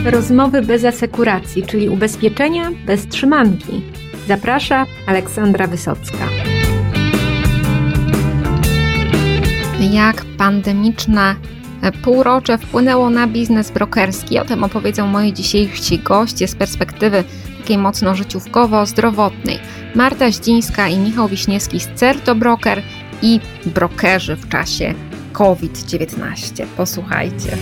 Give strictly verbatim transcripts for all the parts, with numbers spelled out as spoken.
Rozmowy bez asekuracji, czyli ubezpieczenia bez trzymanki. Zaprasza Aleksandra Wysocka. Jak pandemiczne półrocze wpłynęło na biznes brokerski? O tym opowiedzą moi dzisiejsi goście z perspektywy takiej mocno życiówkowo-zdrowotnej. Marta Zdzińska i Michał Wiśniewski z Certo Broker i brokerzy w czasie kowid dziewiętnaście. Posłuchajcie.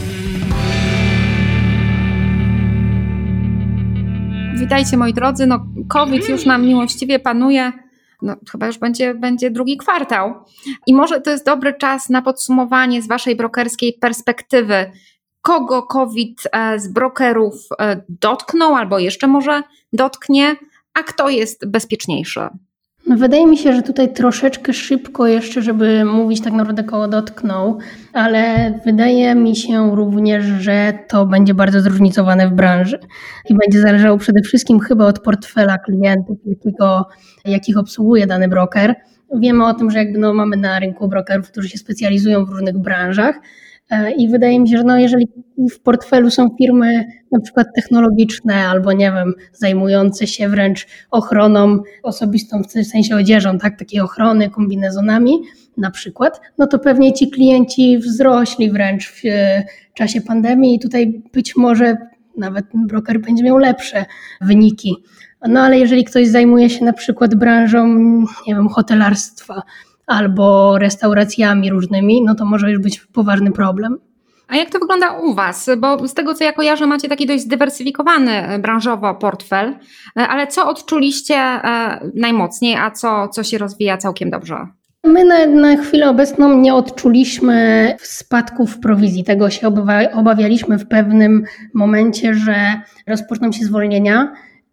Witajcie moi drodzy. No, COVID już nam miłościwie panuje. No, chyba już będzie, będzie drugi kwartał. I może to jest dobry czas na podsumowanie z waszej brokerskiej perspektywy. Kogo COVID z brokerów dotknął albo jeszcze może dotknie, a kto jest bezpieczniejszy? No wydaje mi się, że tutaj troszeczkę szybko jeszcze, żeby mówić tak naprawdę kogo dotknął, ale wydaje mi się również, że to będzie bardzo zróżnicowane w branży i będzie zależało przede wszystkim chyba od portfela klientów, jakiego, jakich obsługuje dany broker. Wiemy o tym, że jakby no mamy na rynku brokerów, którzy się specjalizują w różnych branżach i wydaje mi się, że no jeżeli w portfelu są firmy na przykład technologiczne albo nie wiem, zajmujące się wręcz ochroną osobistą, w sensie odzieżą, tak, takiej ochrony, kombinezonami na przykład, no to pewnie ci klienci wzrośli wręcz w czasie pandemii i tutaj być może nawet broker będzie miał lepsze wyniki. No ale jeżeli ktoś zajmuje się na przykład branżą, nie wiem, hotelarstwa, albo restauracjami różnymi, no to może już być poważny problem. A jak to wygląda u was? Bo z tego, co ja kojarzę, macie taki dość zdywersyfikowany branżowo portfel, ale co odczuliście najmocniej, a co, co się rozwija całkiem dobrze? My na, na chwilę obecną nie odczuliśmy spadków prowizji. Tego się obawialiśmy w pewnym momencie, że rozpoczną się zwolnienia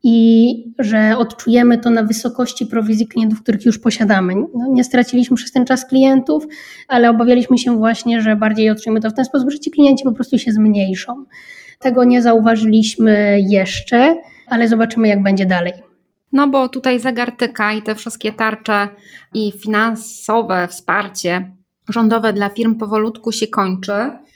i że odczujemy to na wysokości prowizji klientów, których już posiadamy. No, nie straciliśmy przez ten czas klientów, ale obawialiśmy się właśnie, że bardziej odczujemy to w ten sposób, że ci klienci po prostu się zmniejszą. Tego nie zauważyliśmy jeszcze, ale zobaczymy, jak będzie dalej. No bo tutaj zegar tyka i te wszystkie tarcze i finansowe wsparcie rządowe dla firm powolutku się kończy.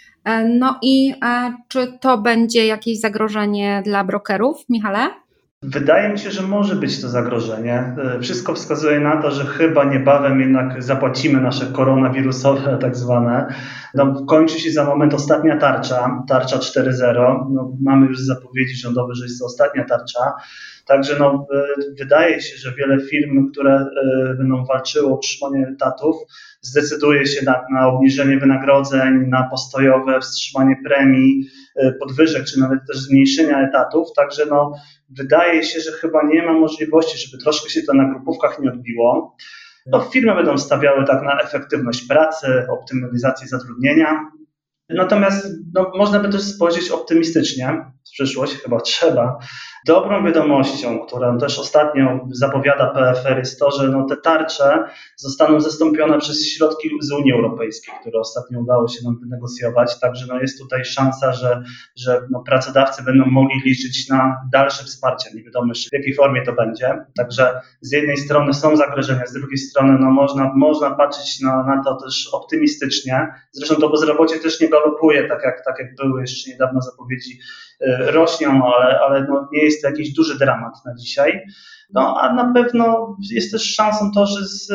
No i czy to będzie jakieś zagrożenie dla brokerów, Michale? Wydaje mi się, że może być to zagrożenie. Wszystko wskazuje na to, że chyba niebawem jednak zapłacimy nasze koronawirusowe tak zwane. No, kończy się za moment ostatnia tarcza, tarcza cztery zero. No, mamy już zapowiedzi rządowe, że jest to ostatnia tarcza. Także no, wydaje się, że wiele firm, które będą walczyły o utrzymanie etatów, zdecyduje się na, na obniżenie wynagrodzeń, na postojowe wstrzymanie premii, podwyżek, czy nawet też zmniejszenia etatów. Także no, wydaje się, że chyba nie ma możliwości, żeby troszkę się to na grupówkach nie odbiło. No, firmy będą stawiały tak na efektywność pracy, optymalizację zatrudnienia. Natomiast no, można by też spojrzeć optymistycznie w przyszłość, chyba trzeba. Dobrą wiadomością, którą też ostatnio zapowiada P F R, jest to, że no, te tarcze zostaną zastąpione przez środki z Unii Europejskiej, które ostatnio udało się nam wynegocjować. Także no, jest tutaj szansa, że, że no, pracodawcy będą mogli liczyć na dalsze wsparcie. Nie wiadomo jeszcze, w jakiej formie to będzie. Także z jednej strony są zagrożenia, z drugiej strony no, można, można patrzeć na, na to też optymistycznie. Zresztą to bezrobocie też nie galopuje, tak jak, tak jak były jeszcze niedawno zapowiedzi, rośnią, ale, ale no nie jest to jakiś duży dramat na dzisiaj. No a na pewno jest też szansą to, że z,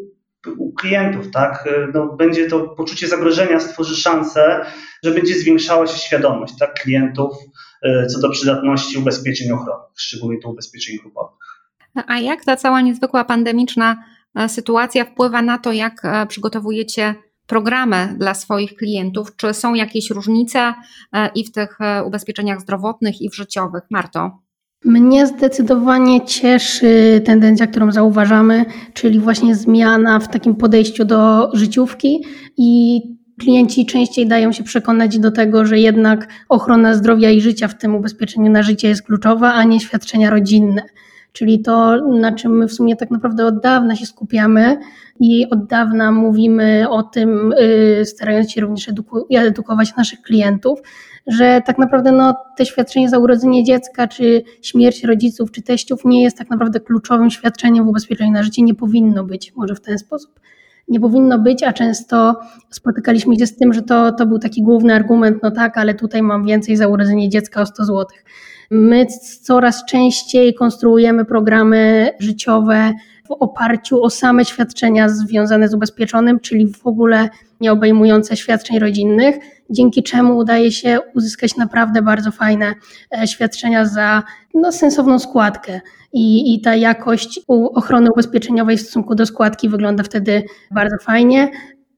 u klientów, tak, no, będzie to poczucie zagrożenia, stworzy szansę, że będzie zwiększała się świadomość, tak, klientów co do przydatności ubezpieczeń ochronnych, szczególnie tu ubezpieczeń grupowych. A jak ta cała niezwykła pandemiczna sytuacja wpływa na to, jak przygotowujecie programy dla swoich klientów? Czy są jakieś różnice i w tych ubezpieczeniach zdrowotnych, i w życiowych? Marto? Mnie zdecydowanie cieszy tendencja, którą zauważamy, czyli właśnie zmiana w takim podejściu do życiówki i klienci częściej dają się przekonać do tego, że jednak ochrona zdrowia i życia w tym ubezpieczeniu na życie jest kluczowa, a nie świadczenia rodzinne. Czyli to, na czym my w sumie tak naprawdę od dawna się skupiamy i od dawna mówimy o tym, yy, starając się również eduku- edukować naszych klientów, że tak naprawdę no, te świadczenie za urodzenie dziecka, czy śmierć rodziców, czy teściów nie jest tak naprawdę kluczowym świadczeniem w ubezpieczeniu na życie, nie powinno być może w ten sposób. nie powinno być, a często spotykaliśmy się z tym, że to, to był taki główny argument, no tak, ale tutaj mam więcej za urodzenie dziecka o sto złotych. My coraz częściej konstruujemy programy życiowe w oparciu o same świadczenia związane z ubezpieczonym, czyli w ogóle nie obejmujące świadczeń rodzinnych, dzięki czemu udaje się uzyskać naprawdę bardzo fajne świadczenia za no, sensowną składkę. I, I ta jakość ochrony ubezpieczeniowej w stosunku do składki wygląda wtedy bardzo fajnie.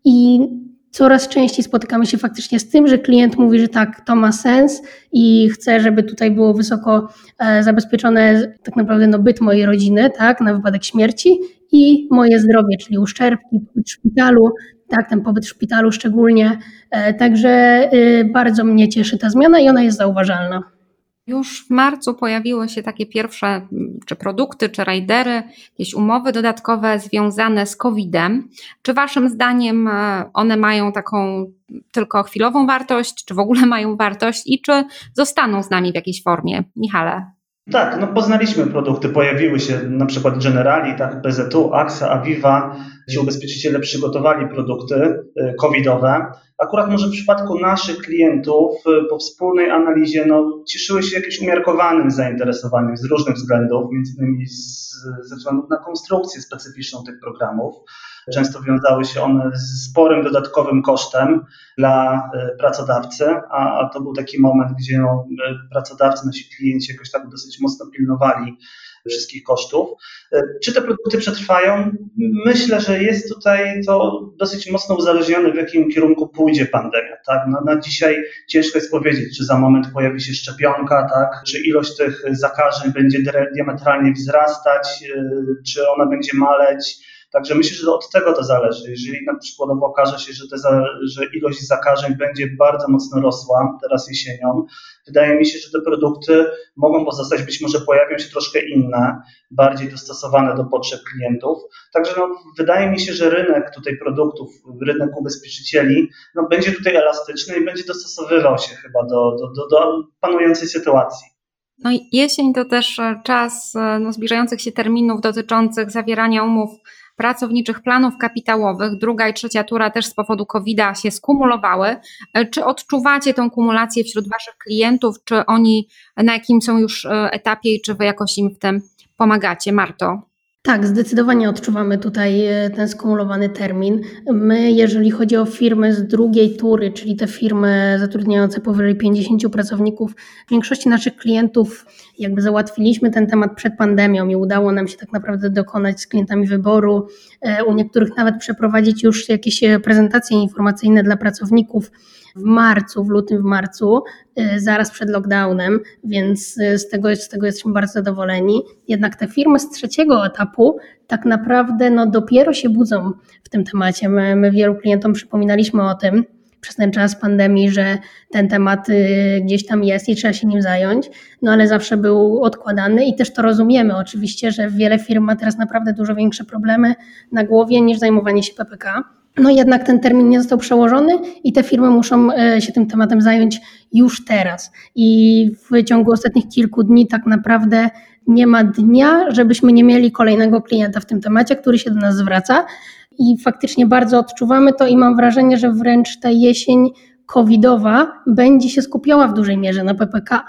I coraz częściej spotykamy się faktycznie z tym, że klient mówi, że tak, to ma sens i chce, żeby tutaj było wysoko zabezpieczone tak naprawdę no, byt mojej rodziny, tak, na wypadek śmierci i moje zdrowie, czyli uszczerbki, pobyt w szpitalu, tak, ten pobyt w szpitalu szczególnie. Także bardzo mnie cieszy ta zmiana i ona jest zauważalna. Już w marcu pojawiły się takie pierwsze czy produkty, czy rajdery, jakieś umowy dodatkowe związane z kowidem. Czy waszym zdaniem one mają taką tylko chwilową wartość, czy w ogóle mają wartość i czy zostaną z nami w jakiejś formie? Michale. Tak, no poznaliśmy produkty, pojawiły się na przykład Generali, tak, P Z U, A X A, Aviva, gdzie ubezpieczyciele przygotowali produkty covidowe. Akurat może w przypadku naszych klientów po wspólnej analizie no, cieszyły się jakimś umiarkowanym zainteresowaniem z różnych względów, między innymi z, ze względu na konstrukcję specyficzną tych programów. Często wiązały się one z sporym dodatkowym kosztem dla pracodawcy, a, a to był taki moment, gdzie no, pracodawcy, nasi klienci jakoś tak dosyć mocno pilnowali wszystkich kosztów. Czy te produkty przetrwają? Myślę, że jest tutaj to dosyć mocno uzależnione, w jakim kierunku pójdzie pandemia. Tak? No, na dzisiaj ciężko jest powiedzieć, czy za moment pojawi się szczepionka, tak? Czy ilość tych zakażeń będzie diametralnie wzrastać, czy ona będzie maleć. Także myślę, że od tego to zależy. Jeżeli na przykład okaże się, że, te za, że ilość zakażeń będzie bardzo mocno rosła teraz jesienią, wydaje mi się, że te produkty mogą pozostać, być może pojawią się troszkę inne, bardziej dostosowane do potrzeb klientów. Także no, wydaje mi się, że rynek tutaj produktów, rynek ubezpieczycieli no, będzie tutaj elastyczny i będzie dostosowywał się chyba do, do, do, do panującej sytuacji. No i jesień to też czas no, zbliżających się terminów dotyczących zawierania umów pracowniczych planów kapitałowych. Druga i trzecia tura też z powodu kowida się skumulowały. Czy odczuwacie tą kumulację wśród waszych klientów? Czy oni na jakim są już etapie i czy wy jakoś im w tym pomagacie? Marto? Tak, zdecydowanie odczuwamy tutaj ten skumulowany termin. My, jeżeli chodzi o firmy z drugiej tury, czyli te firmy zatrudniające powyżej pięćdziesięciu pracowników, w większości naszych klientów jakby załatwiliśmy ten temat przed pandemią i udało nam się tak naprawdę dokonać z klientami wyboru. U niektórych nawet przeprowadzić już jakieś prezentacje informacyjne dla pracowników w marcu, w lutym, w marcu, zaraz przed lockdownem, więc z tego, z tego jesteśmy bardzo zadowoleni. Jednak te firmy z trzeciego etapu tak naprawdę no, dopiero się budzą w tym temacie. My, my wielu klientom przypominaliśmy o tym przez ten czas pandemii, że ten temat gdzieś tam jest i trzeba się nim zająć, no ale zawsze był odkładany i też to rozumiemy oczywiście, że wiele firm ma teraz naprawdę dużo większe problemy na głowie niż zajmowanie się P P K. No jednak ten termin nie został przełożony i te firmy muszą się tym tematem zająć już teraz. I w ciągu ostatnich kilku dni tak naprawdę nie ma dnia, żebyśmy nie mieli kolejnego klienta w tym temacie, który się do nas zwraca. I faktycznie bardzo odczuwamy to i mam wrażenie, że wręcz ta jesień covidowa będzie się skupiała w dużej mierze na P P K,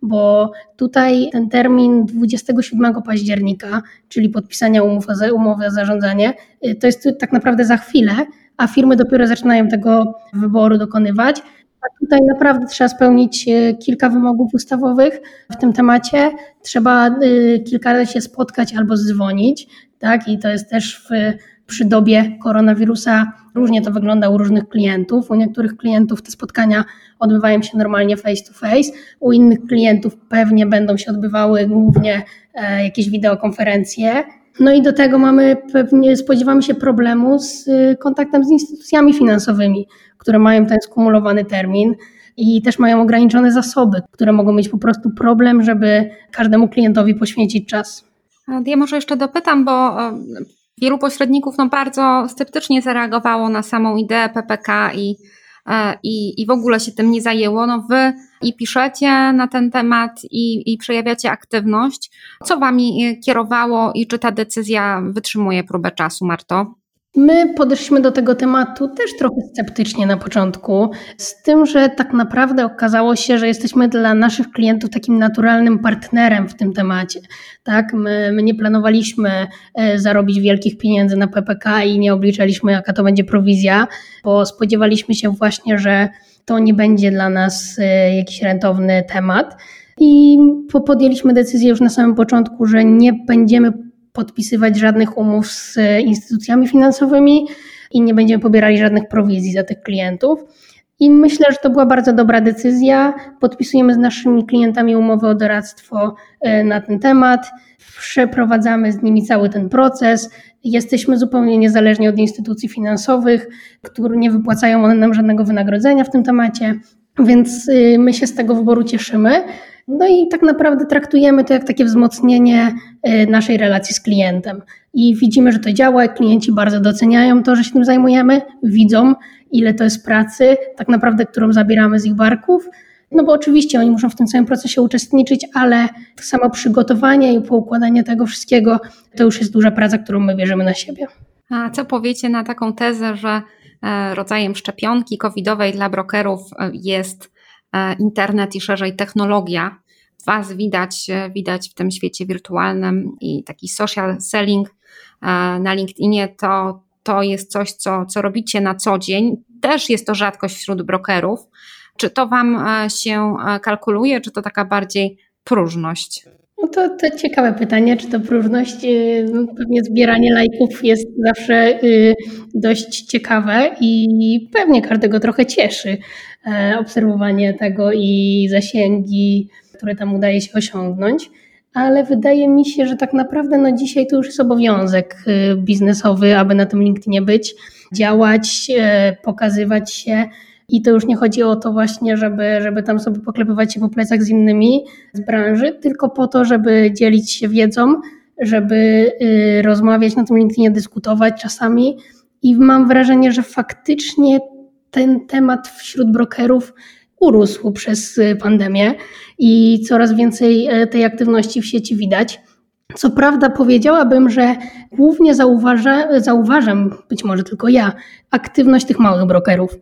bo tutaj ten termin dwudziestego siódmego października, czyli podpisania umowy, umowy o zarządzanie, to jest tak naprawdę za chwilę, a firmy dopiero zaczynają tego wyboru dokonywać. A tutaj naprawdę trzeba spełnić kilka wymogów ustawowych w tym temacie. Trzeba kilka razy się spotkać albo dzwonić, tak? I to jest też w, przy dobie koronawirusa różnie to wygląda u różnych klientów. U niektórych klientów te spotkania odbywają się normalnie face to face, u innych klientów pewnie będą się odbywały głównie jakieś wideokonferencje. No i do tego mamy pewnie, spodziewamy się problemu z kontaktem z instytucjami finansowymi, które mają ten skumulowany termin i też mają ograniczone zasoby, które mogą mieć po prostu problem, żeby każdemu klientowi poświęcić czas. Ja może jeszcze dopytam, bo wielu pośredników no bardzo sceptycznie zareagowało na samą ideę P P K i, i, i w ogóle się tym nie zajęło. No wy i piszecie na ten temat i, i przejawiacie aktywność. Co wami kierowało i czy ta decyzja wytrzymuje próbę czasu, Marto? My podeszliśmy do tego tematu też trochę sceptycznie na początku, z tym, że tak naprawdę okazało się, że jesteśmy dla naszych klientów takim naturalnym partnerem w tym temacie. Tak? My, my nie planowaliśmy zarobić wielkich pieniędzy na P P K i nie obliczaliśmy, jaka to będzie prowizja, bo spodziewaliśmy się właśnie, że to nie będzie dla nas jakiś rentowny temat i podjęliśmy decyzję już na samym początku, że nie będziemy podpisywać żadnych umów z instytucjami finansowymi i nie będziemy pobierali żadnych prowizji za tych klientów. I myślę, że to była bardzo dobra decyzja. Podpisujemy z naszymi klientami umowy o doradztwo na ten temat, przeprowadzamy z nimi cały ten proces. Jesteśmy zupełnie niezależni od instytucji finansowych, które nie wypłacają one nam żadnego wynagrodzenia w tym temacie, więc my się z tego wyboru cieszymy. No i tak naprawdę traktujemy to jak takie wzmocnienie naszej relacji z klientem. I widzimy, że to działa, klienci bardzo doceniają to, że się tym zajmujemy, widzą, ile to jest pracy, tak naprawdę, którą zabieramy z ich barków. No bo oczywiście oni muszą w tym całym procesie uczestniczyć, ale samo przygotowanie i poukładanie tego wszystkiego to już jest duża praca, którą my bierzemy na siebie. A co powiecie na taką tezę, że rodzajem szczepionki covidowej dla brokerów jest internet i szerzej technologia? Was widać, widać w tym świecie wirtualnym i taki social selling na LinkedInie to, to jest coś, co, co robicie na co dzień. Też jest to rzadkość wśród brokerów. Czy to Wam się kalkuluje, czy to taka bardziej próżność? No to, to ciekawe pytanie, czy to próżność. Pewnie zbieranie lajków jest zawsze dość ciekawe i pewnie każdego trochę cieszy obserwowanie tego i zasięgi, które tam udaje się osiągnąć. Ale wydaje mi się, że tak naprawdę no dzisiaj to już jest obowiązek biznesowy, aby na tym LinkedInie być, działać, pokazywać się. I to już nie chodzi o to właśnie, żeby, żeby tam sobie poklepywać się po plecach z innymi z branży, tylko po to, żeby dzielić się wiedzą, żeby y, rozmawiać na tym LinkedInie, dyskutować czasami. I mam wrażenie, że faktycznie ten temat wśród brokerów urósł przez pandemię i coraz więcej tej aktywności w sieci widać. Co prawda powiedziałabym, że głównie zauważa, zauważam, być może tylko ja, aktywność tych małych brokerów.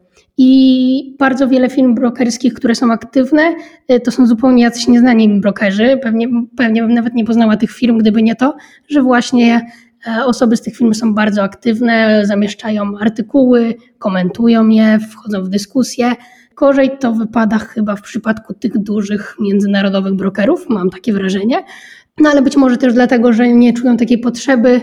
I bardzo wiele firm brokerskich, które są aktywne, to są zupełnie jacyś nieznani brokerzy. Pewnie, pewnie bym nawet nie poznała tych firm, gdyby nie to, że właśnie osoby z tych firm są bardzo aktywne, zamieszczają artykuły, komentują je, wchodzą w dyskusje. Gorzej to wypada chyba w przypadku tych dużych międzynarodowych brokerów, mam takie wrażenie. No ale być może też dlatego, że nie czują takiej potrzeby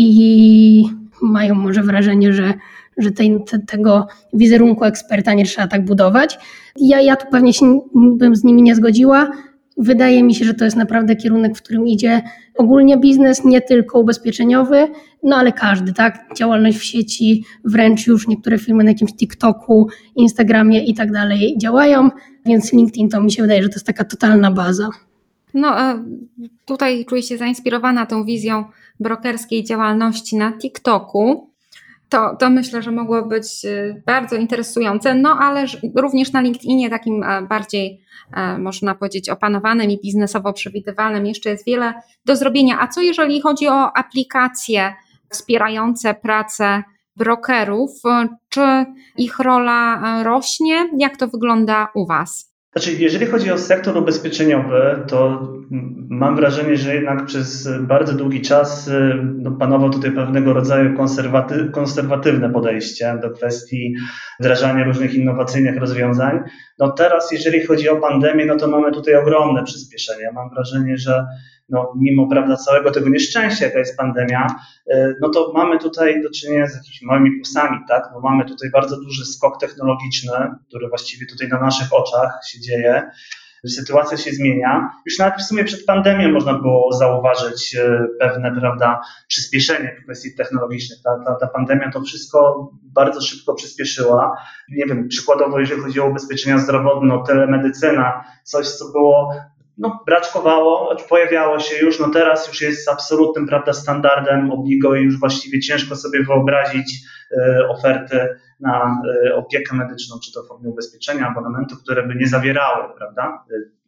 i mają może wrażenie, że, że tej, te, tego wizerunku eksperta nie trzeba tak budować. Ja, ja tu pewnie się bym z nimi nie zgodziła. Wydaje mi się, że to jest naprawdę kierunek, w którym idzie ogólnie biznes, nie tylko ubezpieczeniowy, no ale każdy, tak? Działalność w sieci, wręcz już niektóre firmy na jakimś TikToku, Instagramie i tak dalej działają, więc LinkedIn to mi się wydaje, że to jest taka totalna baza. No tutaj czuję się zainspirowana tą wizją brokerskiej działalności na TikToku. To, to myślę, że mogło być bardzo interesujące, no ale również na LinkedInie takim bardziej, można powiedzieć, opanowanym i biznesowo przewidywalnym jeszcze jest wiele do zrobienia. A co jeżeli chodzi o aplikacje wspierające pracę brokerów? Czy ich rola rośnie? Jak to wygląda u Was? Znaczy, jeżeli chodzi o sektor ubezpieczeniowy, to mam wrażenie, że jednak przez bardzo długi czas no, panował tutaj pewnego rodzaju konserwaty- konserwatywne podejście do kwestii wdrażania różnych innowacyjnych rozwiązań. No teraz, jeżeli chodzi o pandemię, no to mamy tutaj ogromne przyspieszenie. Mam wrażenie, że no, mimo prawda całego tego nieszczęścia, jaka jest pandemia, no to mamy tutaj do czynienia z jakimiś małymi plusami, tak? No mamy tutaj bardzo duży skok technologiczny, który właściwie tutaj na naszych oczach się dzieje. Sytuacja się zmienia. Już nawet w sumie przed pandemią można było zauważyć pewne, prawda, przyspieszenie w kwestii technologicznych. Ta, ta, ta pandemia to wszystko bardzo szybko przyspieszyła. Nie wiem, przykładowo jeżeli chodzi o ubezpieczenia zdrowotne, telemedycyna, coś co było no, braczkowało, pojawiało się już, no teraz już jest absolutnym, prawda, standardem, obligą i już właściwie ciężko sobie wyobrazić y, oferty na y, opiekę medyczną, czy to w formie ubezpieczenia, abonamentu, które by nie zawierały, prawda, y,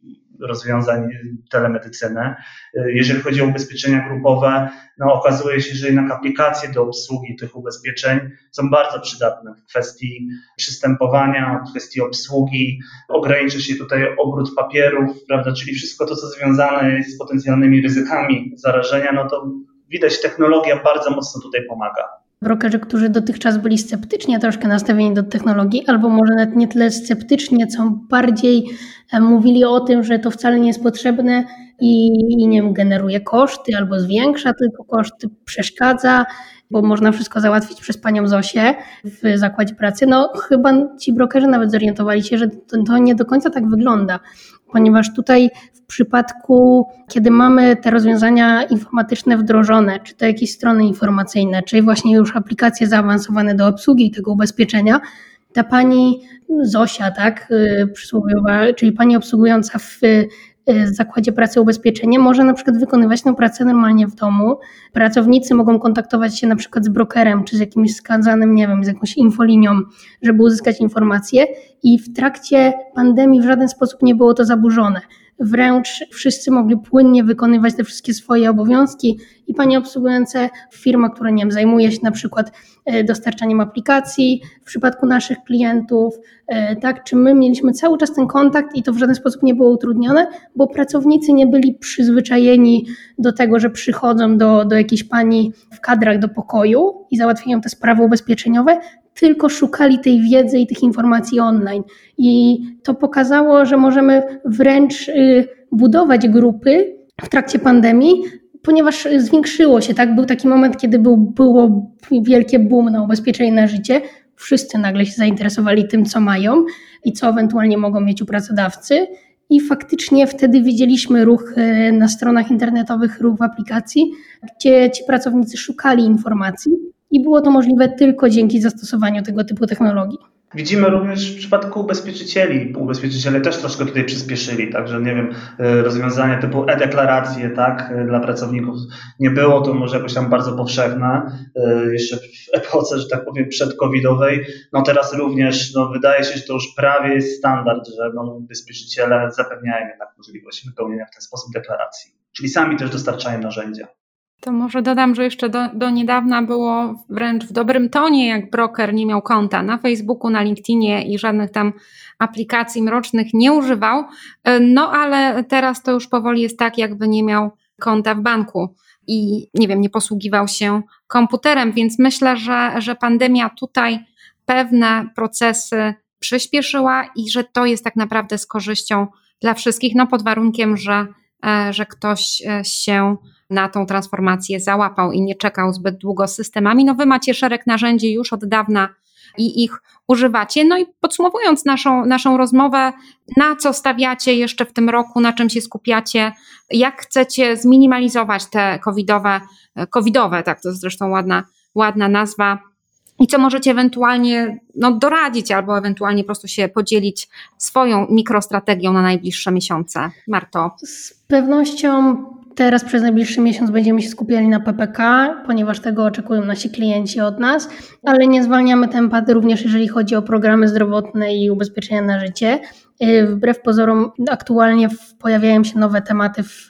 rozwiązań telemedycyny. Jeżeli chodzi o ubezpieczenia grupowe, no okazuje się, że jednak aplikacje do obsługi tych ubezpieczeń są bardzo przydatne w kwestii przystępowania, w kwestii obsługi. Ogranicza się tutaj obrót papierów, prawda, czyli wszystko to, co związane jest z potencjalnymi ryzykami zarażenia, no to widać, technologia bardzo mocno tutaj pomaga. Brokerzy, którzy dotychczas byli sceptycznie troszkę nastawieni do technologii, albo może nawet nie tyle sceptycznie, co bardziej mówili o tym, że to wcale nie jest potrzebne i, i nie wiem, generuje koszty albo zwiększa tylko koszty, przeszkadza, bo można wszystko załatwić przez panią Zosię w zakładzie pracy. No chyba ci brokerzy nawet zorientowali się, że to, to nie do końca tak wygląda, ponieważ tutaj w przypadku, kiedy mamy te rozwiązania informatyczne wdrożone, czy to jakieś strony informacyjne, czy właśnie już aplikacje zaawansowane do obsługi tego ubezpieczenia, ta pani Zosia, tak, przysłowiowa, czyli pani obsługująca w zakładzie pracy ubezpieczenie może na przykład wykonywać tę pracę normalnie w domu. Pracownicy mogą kontaktować się na przykład z brokerem, czy z jakimś wskazanym, nie wiem, z jakąś infolinią, żeby uzyskać informacje i w trakcie pandemii w żaden sposób nie było to zaburzone. Wręcz wszyscy mogli płynnie wykonywać te wszystkie swoje obowiązki i panie obsługujące firma, która nie wiem, zajmuje się na przykład dostarczaniem aplikacji w przypadku naszych klientów, tak, czy my mieliśmy cały czas ten kontakt i to w żaden sposób nie było utrudnione, bo pracownicy nie byli przyzwyczajeni do tego, że przychodzą do, do jakiejś pani w kadrach do pokoju i załatwiają te sprawy ubezpieczeniowe, tylko szukali tej wiedzy i tych informacji online. I to pokazało, że możemy wręcz budować grupy w trakcie pandemii, ponieważ zwiększyło się, tak? Był taki moment, kiedy był, było wielkie boom na ubezpieczenie na życie. Wszyscy nagle się zainteresowali tym, co mają i co ewentualnie mogą mieć u pracodawcy. I faktycznie wtedy widzieliśmy ruch na stronach internetowych, ruch w aplikacji, gdzie ci pracownicy szukali informacji. I było to możliwe tylko dzięki zastosowaniu tego typu technologii. Widzimy również w przypadku ubezpieczycieli. Ubezpieczyciele też troszkę tutaj przyspieszyli, także nie wiem, rozwiązania typu e-deklaracje, tak, dla pracowników nie było to może jakoś tam bardzo powszechne, jeszcze w epoce, że tak powiem, przedcovidowej. No teraz również, no wydaje się, że to już prawie jest standard, że no, ubezpieczyciele zapewniają jednak możliwość wypełnienia w ten sposób deklaracji, czyli sami też dostarczają narzędzia. To może dodam, że jeszcze do, do niedawna było wręcz w dobrym tonie, jak broker nie miał konta na Facebooku, na LinkedInie i żadnych tam aplikacji mrocznych nie używał. No ale teraz to już powoli jest tak, jakby nie miał konta w banku i nie wiem, nie posługiwał się komputerem, więc myślę, że, że pandemia tutaj pewne procesy przyspieszyła i że to jest tak naprawdę z korzyścią dla wszystkich, no pod warunkiem, że, że ktoś się na tą transformację załapał i nie czekał zbyt długo z systemami. No wy macie szereg narzędzi już od dawna i ich używacie. No i podsumowując naszą, naszą rozmowę, na co stawiacie jeszcze w tym roku, na czym się skupiacie, jak chcecie zminimalizować te covidowe, covidowe, tak to jest zresztą ładna, ładna nazwa, i co możecie ewentualnie no, doradzić albo ewentualnie po prostu się podzielić swoją mikrostrategią na najbliższe miesiące. Marto? Z pewnością teraz przez najbliższy miesiąc będziemy się skupiali na P P K, ponieważ tego oczekują nasi klienci od nas, ale nie zwalniamy tempa również jeżeli chodzi o programy zdrowotne i ubezpieczenia na życie. Wbrew pozorom aktualnie pojawiają się nowe tematy w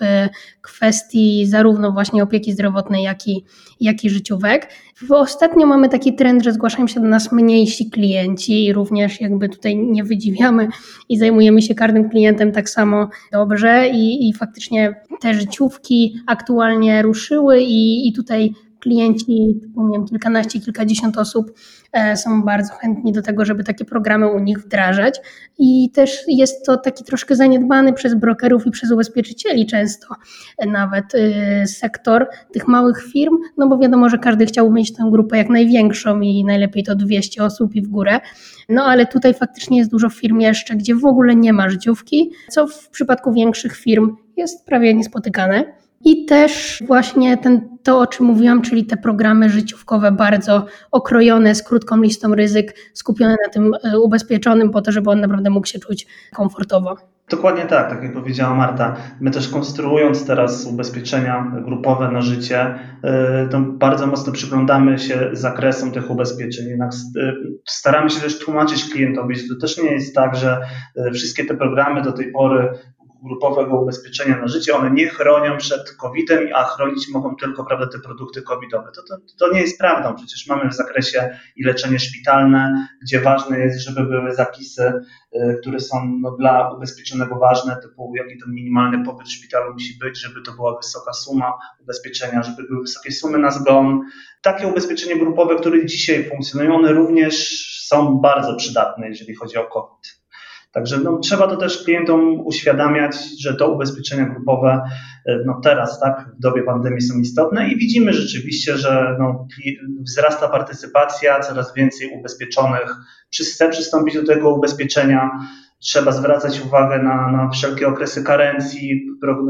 kwestii zarówno właśnie opieki zdrowotnej, jak i, jak i życiówek. Ostatnio mamy taki trend, że zgłaszają się do nas mniejsi klienci i również jakby tutaj nie wydziwiamy i zajmujemy się każdym klientem tak samo dobrze i, i faktycznie te życiówki aktualnie ruszyły i, i tutaj klienci, nie wiem, kilkanaście, kilkadziesiąt osób są bardzo chętni do tego, żeby takie programy u nich wdrażać i też jest to taki troszkę zaniedbany przez brokerów i przez ubezpieczycieli często nawet sektor tych małych firm, no bo wiadomo, że każdy chciałby mieć tę grupę jak największą i najlepiej to dwieście osób i w górę, no ale tutaj faktycznie jest dużo firm jeszcze, gdzie w ogóle nie ma życiówki, co w przypadku większych firm jest prawie niespotykane. I też właśnie ten, to, o czym mówiłam, czyli te programy życiówkowe bardzo okrojone, z krótką listą ryzyk, skupione na tym ubezpieczonym po to, żeby on naprawdę mógł się czuć komfortowo. Dokładnie tak, tak jak powiedziała Marta. My też konstruując teraz ubezpieczenia grupowe na życie, to bardzo mocno przyglądamy się zakresom tych ubezpieczeń. Jednak staramy się też tłumaczyć klientowi, że to też nie jest tak, że wszystkie te programy do tej pory grupowego ubezpieczenia na życie, one nie chronią przed kowidem, a chronić mogą tylko, prawda, te produkty covidowe. To, to, to nie jest prawdą. Przecież mamy w zakresie i leczenie szpitalne, gdzie ważne jest, żeby były zapisy, które są no, dla ubezpieczonego ważne, typu jaki to minimalny pobyt w szpitalu musi być, żeby to była wysoka suma ubezpieczenia, żeby były wysokie sumy na zgon. Takie ubezpieczenia grupowe, które dzisiaj funkcjonują, one również są bardzo przydatne, jeżeli chodzi o COVID. Także no, trzeba to też klientom uświadamiać, że to ubezpieczenia grupowe no, teraz tak, w dobie pandemii są istotne i widzimy rzeczywiście, że no, wzrasta partycypacja, coraz więcej ubezpieczonych chce przystąpić do tego ubezpieczenia. Trzeba zwracać uwagę na, na wszelkie okresy karencji,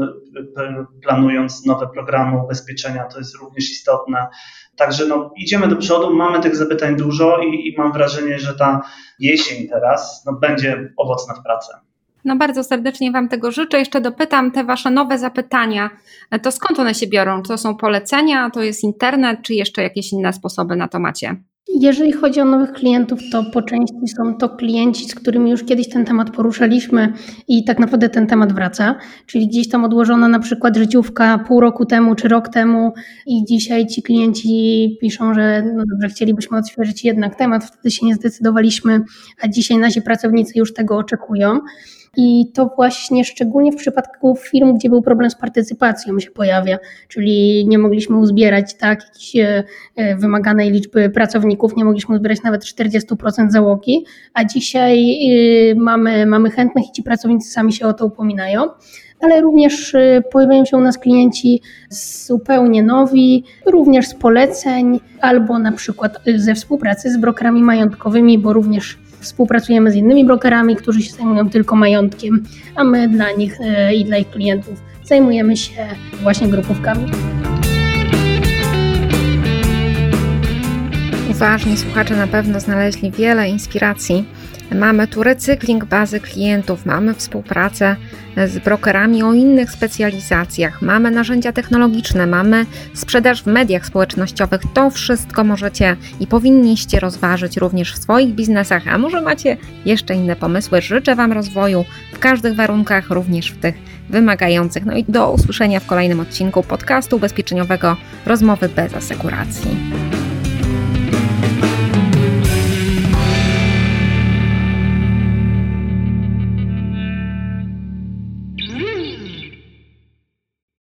planując nowe programy ubezpieczenia, to jest również istotne. Także no, idziemy do przodu, mamy tych zapytań dużo i, i mam wrażenie, że ta jesień teraz no, będzie owocna w pracy. No bardzo serdecznie Wam tego życzę. Jeszcze dopytam, te Wasze nowe zapytania, to skąd one się biorą? To są polecenia, to jest internet, czy jeszcze jakieś inne sposoby na to macie? Jeżeli chodzi o nowych klientów, to po części są to klienci, z którymi już kiedyś ten temat poruszaliśmy i tak naprawdę ten temat wraca, czyli gdzieś tam odłożona na przykład życiówka pół roku temu czy rok temu i dzisiaj ci klienci piszą, że no dobrze, chcielibyśmy odświeżyć jednak temat, wtedy się nie zdecydowaliśmy, a dzisiaj nasi pracownicy już tego oczekują. I to właśnie szczególnie w przypadku firm, gdzie był problem z partycypacją się pojawia, czyli nie mogliśmy uzbierać tak jakiejś wymaganej liczby pracowników, nie mogliśmy uzbierać nawet czterdzieści procent załogi, a dzisiaj mamy, mamy chętnych i ci pracownicy sami się o to upominają. Ale również pojawiają się u nas klienci zupełnie nowi, również z poleceń albo na przykład ze współpracy z brokerami majątkowymi, bo również współpracujemy z innymi brokerami, którzy się zajmują tylko majątkiem, a my dla nich i dla ich klientów zajmujemy się właśnie grupówkami. Uważni słuchacze na pewno znaleźli wiele inspiracji. Mamy tu recykling bazy klientów, mamy współpracę z brokerami o innych specjalizacjach, mamy narzędzia technologiczne, mamy sprzedaż w mediach społecznościowych. To wszystko możecie i powinniście rozważyć również w swoich biznesach, a może macie jeszcze inne pomysły. Życzę Wam rozwoju w każdych warunkach, również w tych wymagających. No i do usłyszenia w kolejnym odcinku podcastu ubezpieczeniowego Rozmowy bez asekuracji.